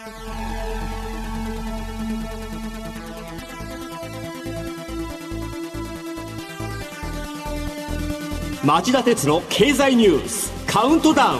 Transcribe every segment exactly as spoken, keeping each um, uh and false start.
町田鉄の経済ニュースカウントダウン。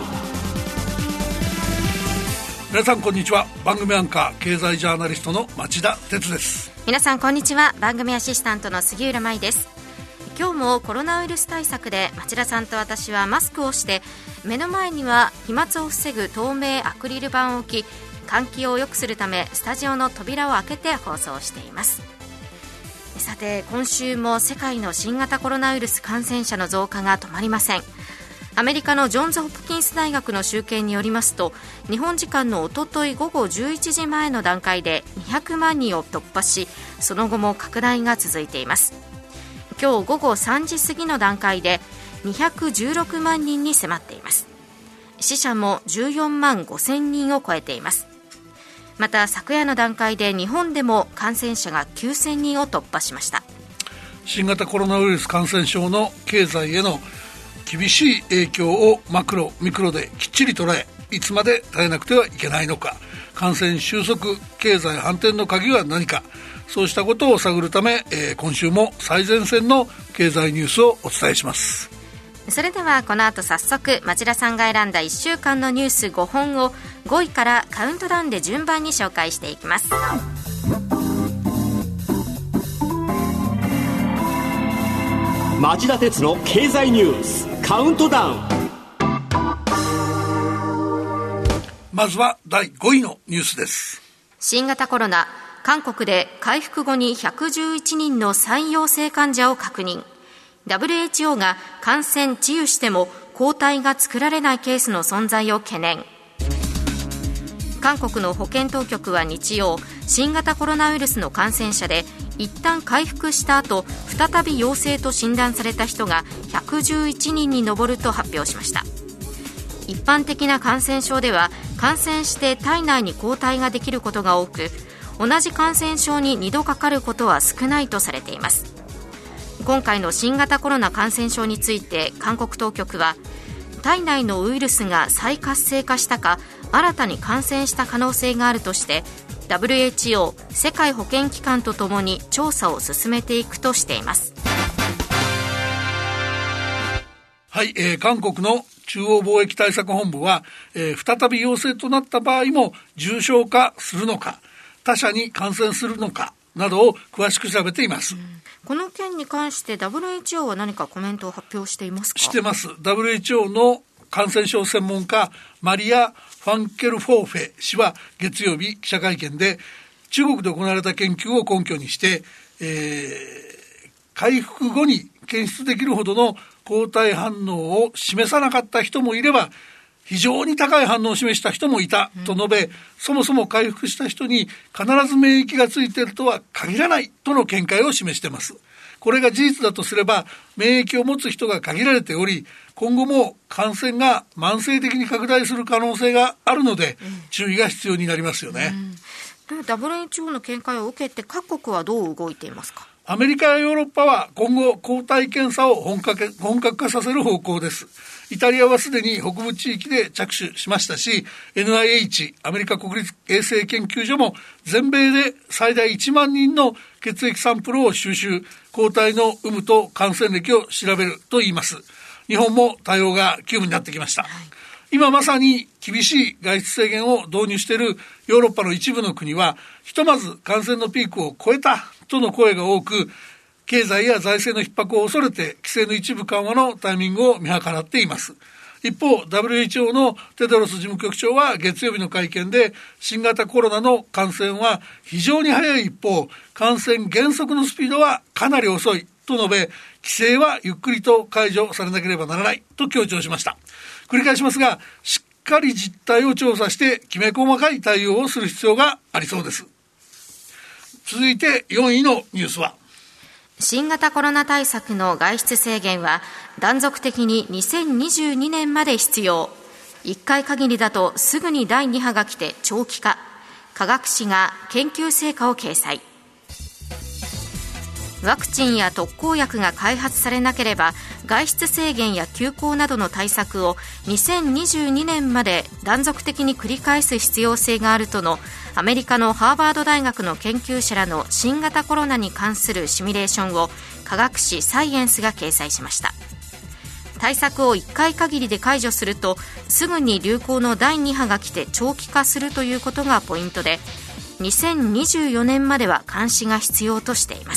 皆さんこんにちは。番組アンカー経済ジャーナリストの町田鉄です。 皆さんこんにちは。番組アシスタントの杉浦舞です。今日もコロナウイルス対策で町田さんと私はマスクをして、目の前には飛沫を防ぐ透明アクリル板を置き、換気を良くするためスタジオの扉を開けて放送しています。さて、今週も世界の新型コロナウイルス感染者の増加が止まりません。アメリカのジョンズ・ホプキンス大学の集計によりますと、日本時間のおととい午後じゅういちじまえの段階でにひゃくまんにんを突破し、その後も拡大が続いています。今日午後さんじ過ぎの段階でにひゃくじゅうろくまんにんに迫っています。死者もじゅうよんまんごせんにんを超えています。また昨夜の段階で日本でも感染者がきゅうせんにんを突破しました。 新型コロナウイルス感染症の経済への厳しい影響をマクロミクロできっちり捉え、いつまで耐えなくてはいけないのか、感染収束、経済反転の鍵は何か、そうしたことを探るため、えー、今週も最前線の経済ニュースをお伝えします。 それではこの後早速、町田さんが選んだいっしゅうかんのニュースごほんをごいからカウントダウンで順番に紹介していきます。 町田鉄の経済ニュースカウントダウン。 まずはだいごいのニュースです。 新型コロナ、韓国で回復後にひゃくじゅういちにんの再陽性患者を確認。 ダブリューエイチオー が感染治癒しても抗体が作られないケースの存在を懸念。韓国の保健当局は日曜、新型コロナウイルスの感染者で一旦回復した後再び陽性と診断された人がひゃくじゅういちにんに上ると発表しました。一般的な感染症では感染して体内に抗体ができることが多く、同じ感染症ににどかかることは少ないとされています。今回の新型コロナ感染症について韓国当局は、体内のウイルスが再活性化したか新たに感染した可能性があるとして、 ダブリューエイチオー 世界保健機関とともに調査を進めていくとしています。 はい、えー、韓国の中央防疫対策本部は、えー、再び陽性となった場合も重症化するのか、他者に感染するのかなどを詳しく調べています。うん、 この件に関して ダブリューエイチオー は何かコメントを発表していますか？ してます。 ダブリューエイチオー の感染症専門家マリア・ファンケルフォーフェ氏は月曜日記者会見で、中国で行われた研究を根拠にして、えー、回復後に検出できるほどの抗体反応を示さなかった人もいれば、非常に高い反応を示した人もいたと述べ、うん、そもそも回復した人に必ず免疫がついているとは限らないとの見解を示しています。これが事実だとすれば、免疫を持つ人が限られており、今後も感染が慢性的に拡大する可能性があるので、うん、注意が必要になりますよね。 うん、ダブリューエイチオー の見解を受けて各国はどう動いていますか？ アメリカやヨーロッパは今後抗体検査を本格、本格化させる方向です。イタリアはすでに北部地域で着手しましたし、 エヌアイエイチ アメリカ国立衛生研究所も全米で最大いちまんにんの血液サンプルを収集、抗体の有無と感染歴を調べるといいます。日本も対応が急務になってきました。はい、今まさに厳しい外出制限を導入しているヨーロッパの一部の国は、ひとまず感染のピークを超えたとの声が多く、経済や財政の逼迫を恐れて規制の一部緩和のタイミングを見計らっています。一方 ダブリューエイチオー のテドロス事務局長は月曜日の会見で、新型コロナの感染は非常に早い一方、感染減速のスピードはかなり遅いと述べ、規制はゆっくりと解除されなければならないと強調しました。繰り返しますが、しっかり実態を調査してきめ細かい対応をする必要がありそうです。続いてよんいのニュースは、 新型コロナ対策の外出制限は断続的ににせんにじゅうにねんまで必要。いっかい限りだとすぐにだいに波が来て長期化。科学誌が研究成果を掲載。 ワクチンや特効薬が開発されなければ外出制限や休校などの対策をにせんにじゅうにねんまで断続的に繰り返す必要性があるとのアメリカのハーバード大学の研究者らの新型コロナに関するシミュレーションを科学誌サイエンスが掲載しました。対策をいっかい限りで解除するとすぐに流行のだいに波が来て長期化するということがポイントで、にせんにじゅうよねんまでは監視が必要としています。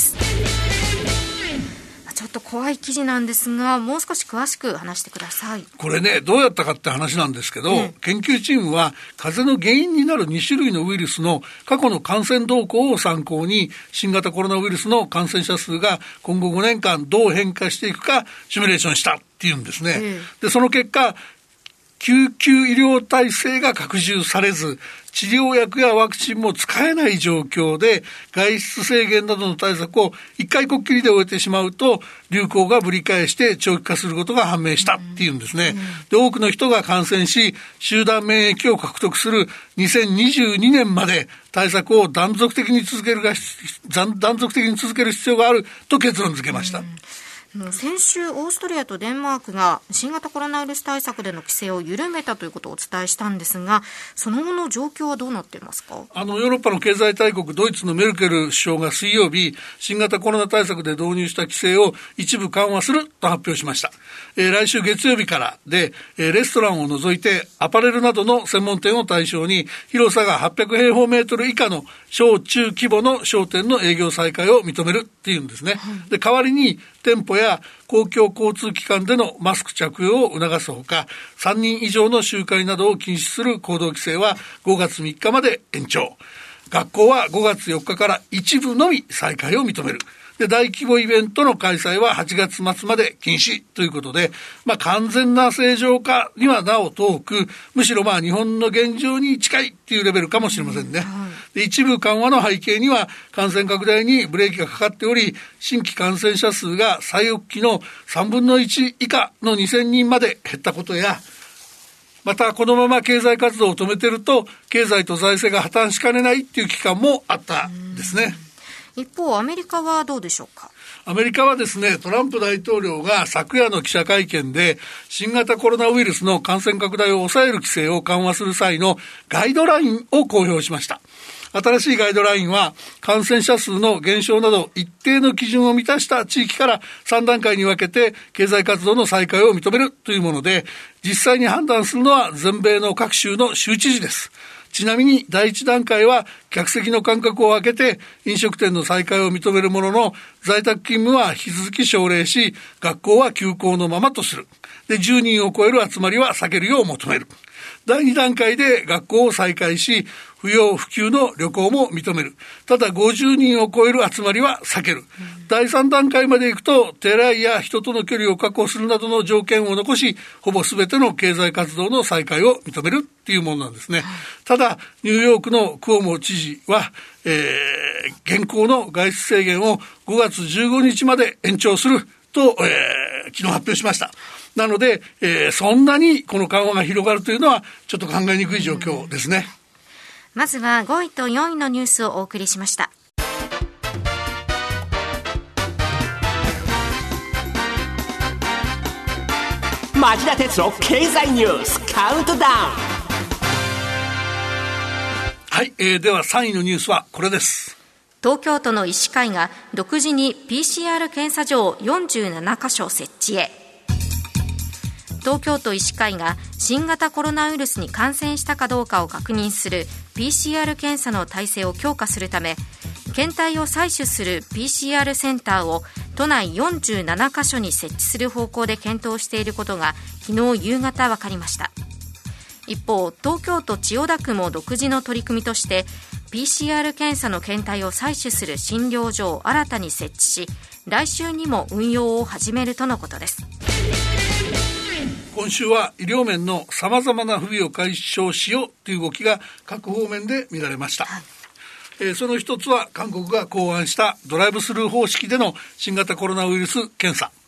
ちょっと怖い記事なんですが、もう少し詳しく話してください。 これね、どうやったかって話なんですけど、うん、研究チームは風邪の原因になるに種類のウイルスの過去の感染動向を参考に新型コロナウイルスの感染者数が今後ごねんかんどう変化していくかシミュレーションしたっていうんですね、うん、でその結果救急医療体制が拡充されず治療薬やワクチンも使えない状況で外出制限などの対策を一回こっきりで終えてしまうと流行がぶり返して長期化することが判明したっていうんですね、うんうん、で多くの人が感染し集団免疫を獲得するにせんにじゅうにねんまで対策を断続的に続けるが断続的に続ける必要があると結論付けました。うん先週オーストリアとデンマークが新型コロナウイルス対策での規制を緩めたということをお伝えしたんですが、その後の状況はどうなっていますか？ あのヨーロッパの経済大国ドイツのメルケル首相が水曜日新型コロナ対策で導入した規制を一部緩和すると発表しました。えー、来週月曜日からで、えー、レストランを除いてアパレルなどの専門店を対象に広さがはっぴゃくへいほうメートル以下の小中規模の商店の営業再開を認めるっていうんですね、はい、で代わりに店舗や公共交通機関でのマスク着用を促すほかさんにん以上の集会などを禁止する行動規制はごがつみっかまで延長。学校はごがつよっかから一部のみ再開を認める。で大規模イベントの開催ははちがつまつまで禁止ということで、まあ、完全な正常化にはなお遠くむしろまあ日本の現状に近いっていうレベルかもしれませんね、うんはい、で一部緩和の背景には感染拡大にブレーキがかかっており新規感染者数が最悪期のさんぶんのいち以下のにせんにんまで減ったことやまたこのまま経済活動を止めていると経済と財政が破綻しかねないっていう期間もあったんですね。 一方アメリカはどうでしょうか？ アメリカはですねトランプ大統領が昨夜の記者会見で新型コロナウイルスの感染拡大を抑える規制を緩和する際のガイドラインを公表しました。新しいガイドラインは感染者数の減少など一定の基準を満たした地域からさんだんかいに分けて経済活動の再開を認めるというもので実際に判断するのは全米の各州の州知事です。ちなみにだいいちだんかいは客席の間隔を空けて飲食店の再開を認めるものの在宅勤務は引き続き奨励し学校は休校のままとする。でじゅうにんを超える集まりは避けるよう求める。だいにだんかいで学校を再開し不要不急の旅行も認める。ただごじゅうにんを超える集まりは避ける、うん、だいさんだんかいまで行くと手洗いや人との距離を確保するなどの条件を残しほぼ全ての経済活動の再開を認めるっていうものなんですね、はい、ただニューヨークのクオモ知事は、えー、現行の外出制限をごがつじゅうごにちまで延長すると、えー、昨日発表しました。なので、えー、そんなにこの緩和が広がるというのはちょっと考えにくい状況ですね。 まずはごいとよんいのニュースをお送りしました。 町田鉄の経済ニュースカウントダウン。 はい、えー、ではさんいのニュースはこれです。 東京都の医師会が独自に ピーシーアール 検査場よんじゅうななかしょ設置へ。東京都医師会が新型コロナウイルスに感染したかどうかを確認する ピーシーアール 検査の体制を強化するため検体を採取する ピーシーアール センターを都内よんじゅうななかしょに設置する方向で検討していることが昨日夕方分かりました。一方東京都千代田区も独自の取り組みとして ピーシーアール 検査の検体を採取する診療所を新たに設置し来週にも運用を始めるとのことです。 今週は医療面のさまざまな不備を解消しようという動きが各方面で見られました、はいえー、その一つは韓国が考案したドライブスルー方式での新型コロナウイルス検査。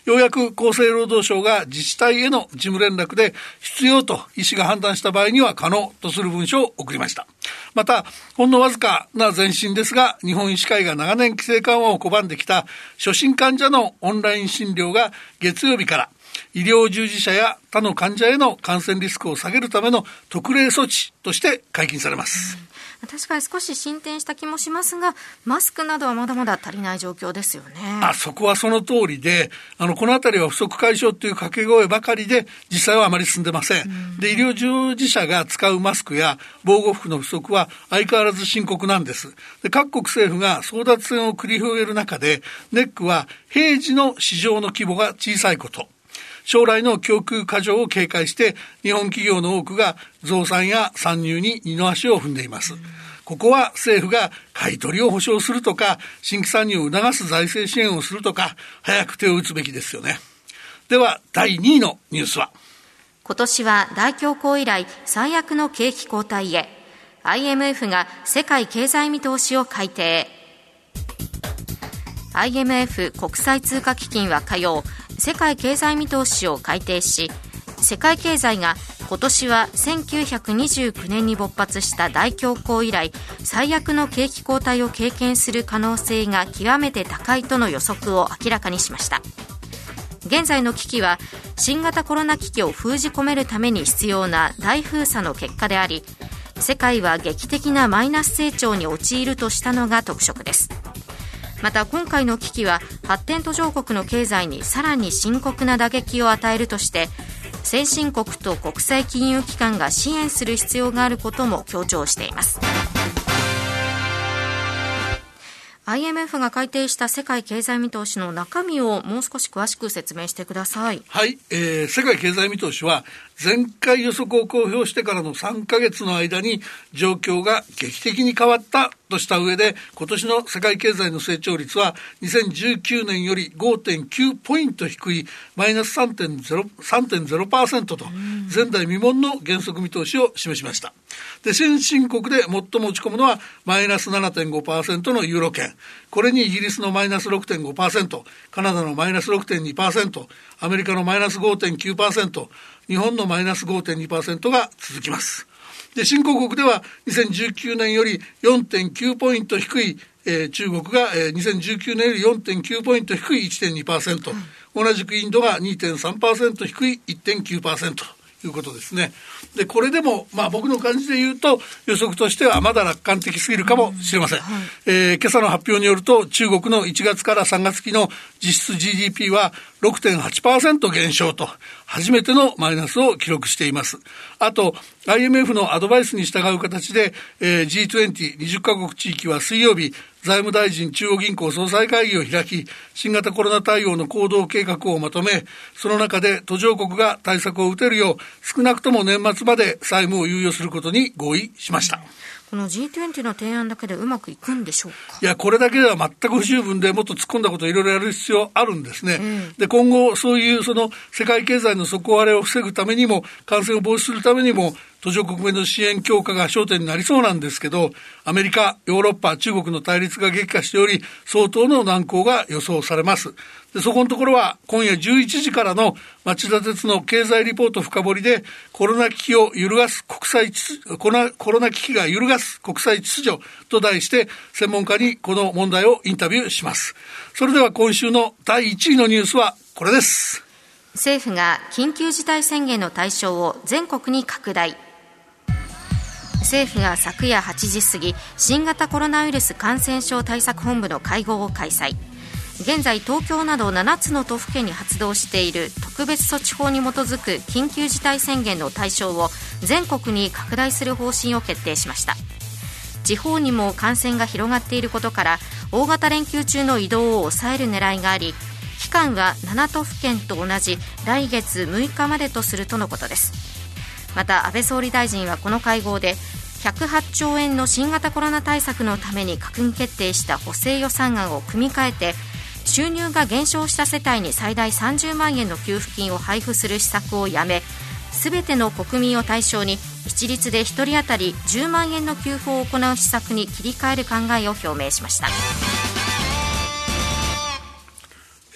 ようやく厚生労働省が自治体への事務連絡で必要と医師が判断した場合には可能とする文書を送りました。また、ほんのわずかな前進ですが、日本医師会が長年規制緩和を拒んできた初診患者のオンライン診療が月曜日から医療従事者や他の患者への感染リスクを下げるための特例措置として解禁されます。 うん、確かに少し進展した気もしますが、マスクなどはまだまだ足りない状況ですよね。 あそこはその通りで、あのこのあたりは不足解消という掛け声ばかりで実際はあまり進んでません。うん、で医療従事者が使うマスクや防護服の不足は相変わらず深刻なんです。で各国政府が争奪戦を繰り広げる中で、ネックは平時の市場の規模が小さいこと、将来の供給過剰を警戒して日本企業の多くが増産や参入に二の足を踏んでいます。うん、ここは政府が買い取りを保証するとか新規参入を促す財政支援をするとか早く手を打つべきですよね。ではだいにいのニュースは、 今年は大恐慌以来最悪の景気後退へ、 アイエムエフ が世界経済見通しを改定。 アイエムエフ 国際通貨基金は火曜、世界経済見通しを改定し、世界経済が今年はせんきゅうひゃくにじゅうきゅうねんに勃発した大恐慌以来最悪の景気後退を経験する可能性が極めて高いとの予測を明らかにしました。現在の危機は新型コロナ危機を封じ込めるために必要な大封鎖の結果であり、世界は劇的なマイナス成長に陥るとしたのが特色です。また今回の危機は発展途上国の経済にさらに深刻な打撃を与えるとして、先進国と国際金融機関が支援する必要があることも強調しています。アイエムエフ が改定した世界経済見通しの中身をもう少し詳しく説明してください。 はい、えー、世界経済見通しは前回予測を公表してからのさんかげつの間に状況が劇的に変わったとした上で、今年の世界経済の成長率はにせんじゅうきゅうねんより ごてんきゅう ポイント低いマイナス さんてんゼロパーセント と前代未聞の減速見通しを示しました。で先進国で最も落ち込むのはマイナス ななてんごパーセント のユーロ圏、これにイギリスのマイナス ろくてんごパーセント、 カナダのマイナス ろくてんにパーセント、 アメリカのマイナス ごてんきゅうパーセント、 日本のマイナス ごてんにパーセント が続きます。で新興国ではにせんじゅうきゅうねんより よんてんきゅう ポイント低い、えー、中国が、えー、にせんじゅうきゅうねんより よんてんきゅう ポイント低い いってんにパーセント、うん、同じくインドが にてんさんパーセント 低い いってんきゅうパーセントということですね。でこれでも、まあ、僕の感じで言うと予測としてはまだ楽観的すぎるかもしれません。うんはいえー、今朝の発表によると中国のいちがつからさんがつ期の実質 ジーディーピー は ろくてんはちパーセント 減少と初めてのマイナスを記録しています。あと アイエムエフ のアドバイスに従う形で、えー、ジートゥエンティーにじゅっ カ国地域は水曜日財務大臣中央銀行総裁会議を開き、新型コロナ対応の行動計画をまとめ、その中で途上国が対策を打てるよう少なくとも年末まで債務を猶予することに合意しました。 この ジートゥエンティー の提案だけでうまくいくんでしょうか。 いやこれだけでは全く不十分で、もっと突っ込んだことをいろいろやる必要あるんですね。うん、で今後そういうその世界経済の底割れを防ぐためにも感染を防止するためにも途上国への支援強化が焦点になりそうなんですけど、アメリカ、ヨーロッパ、中国の対立が激化しており相当の難航が予想されます。でそこのところは今夜じゅういちじからの町田鉄の経済リポート深掘りでコロナ危機を揺るがす国際秩序コロ、コロナ危機が揺るがす国際秩序と題して専門家にこの問題をインタビューします。それでは今週のだいいちいのニュースはこれです。 政府が緊急事態宣言の対象を全国に拡大。政府が昨夜はちじ過ぎ新型コロナウイルス感染症対策本部の会合を開催。現在東京などななつの都府県に発動している特別措置法に基づく緊急事態宣言の対象を全国に拡大する方針を決定しました。地方にも感染が広がっていることから大型連休中の移動を抑える狙いがあり、期間はなな都府県と同じ来月むいかまでとするとのことです。また安倍総理大臣はこの会合でひゃくはちちょうえんの新型コロナ対策のために閣議決定した補正予算案を組み替えて収入が減少した世帯に最大さんじゅうまんえんの給付金を配布する施策をやめ、すべての国民を対象に一律でひとり当たりじゅうまんえんの給付を行う施策に切り替える考えを表明しました。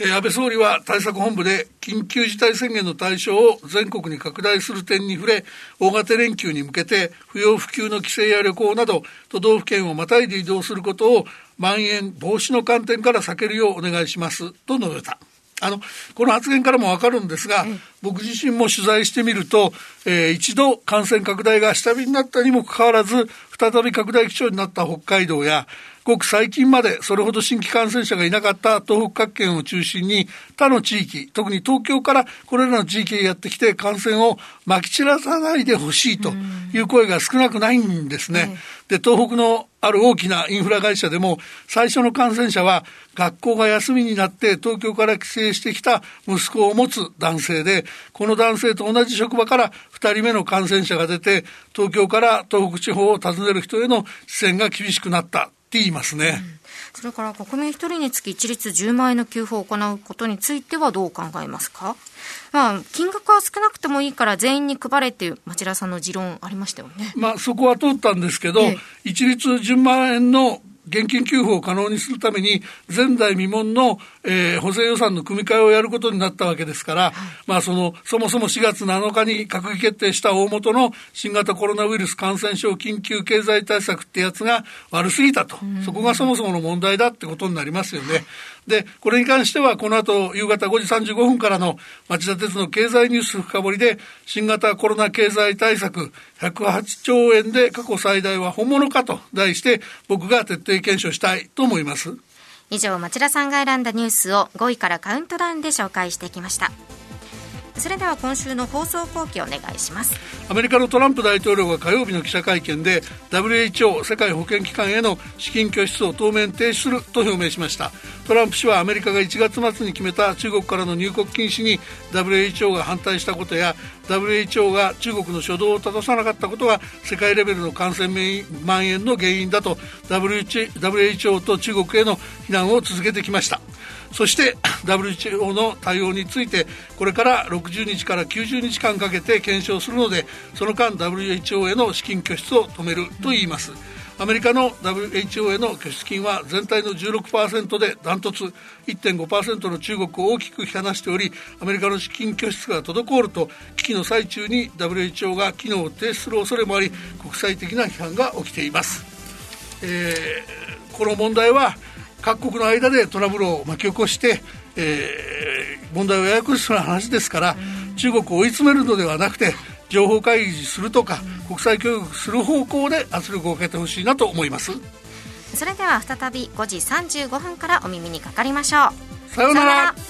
えー、安倍総理は対策本部で緊急事態宣言の対象を全国に拡大する点に触れ、大型連休に向けて不要不急の帰省や旅行など都道府県をまたいで移動することをまん延防止の観点から避けるようお願いしますと述べた。あのこの発言からも分かるんですが、うん、僕自身も取材してみると、えー、一度感染拡大が下火になったにもかかわらず再び拡大基調になった北海道や、ごく最近までそれほど新規感染者がいなかった東北各県を中心に他の地域、特に東京からこれらの地域へやってきて感染をまき散らさないでほしいという声が少なくないんですね。で、東北のある大きなインフラ会社でも最初の感染者は学校が休みになって東京から帰省してきた息子を持つ男性で、この男性と同じ職場からふたりめの感染者が出て、東京から東北地方を訪ねる人への支援が厳しくなったって言いますね。うん、 それから国民一人につき一律じゅうまんえんの給付を行うことについてはどう考えますか？まあ、金額は少なくてもいいから全員に配れっていう町田さんの持論ありましたよね。 まあ、そこは通ったんですけど、ええ、一律じゅうまんえんの現金給付を可能にするために前代未聞の、えー、補正予算の組み替えをやることになったわけですから、はい、まあ、そのそもそもしがつなのかに閣議決定した大元の新型コロナウイルス感染症緊急経済対策ってやつが悪すぎたと、そこがそもそもの問題だってことになりますよね。はい、でこれに関してはこの後夕方ごじさんじゅうごふんからの町田鉄の経済ニュース深掘りで、新型コロナ経済対策ひゃくはちちょうえんで過去最大は本物かと題して僕が徹底検証したいと思います。 以上、町田さんが選んだニュースをごいからカウントダウンで紹介してきました。それでは今週の放送後期お願いします。 アメリカのトランプ大統領が火曜日の記者会見で ダブリューエイチオー 世界保健機関への資金拠出を当面停止すると表明しました。トランプ氏はアメリカがいちがつ末に決めた中国からの入国禁止に ダブリューエイチオー が反対したことや、 ダブリューエイチオー が中国の初動を正さなかったことが世界レベルの感染蔓延の原因だと ダブリューエイチオー と中国への非難を続けてきました。そして ダブリューエイチオー の対応についてこれからろくじゅうにちからきゅうじゅうにちかんかけて検証するので、その間 ダブリューエイチオー への資金拠出を止めると言います。アメリカの ダブリューエイチオー への拠出金は全体の じゅうろくパーセント でダントツ いってんごパーセント の中国を大きく引き離しており、アメリカの資金拠出が滞ると危機の最中に ダブリューエイチオー が機能を停止する恐れもあり、国際的な批判が起きています。えー、この問題は各国の間でトラブルを巻き起こして、えー、問題をややこしくな話ですから、中国を追い詰めるのではなくて情報開示するとか国際協力する方向で圧力をかけてほしいなと思います。 それでは再びごじさんじゅうごふんからお耳にかかりましょう。 さようなら。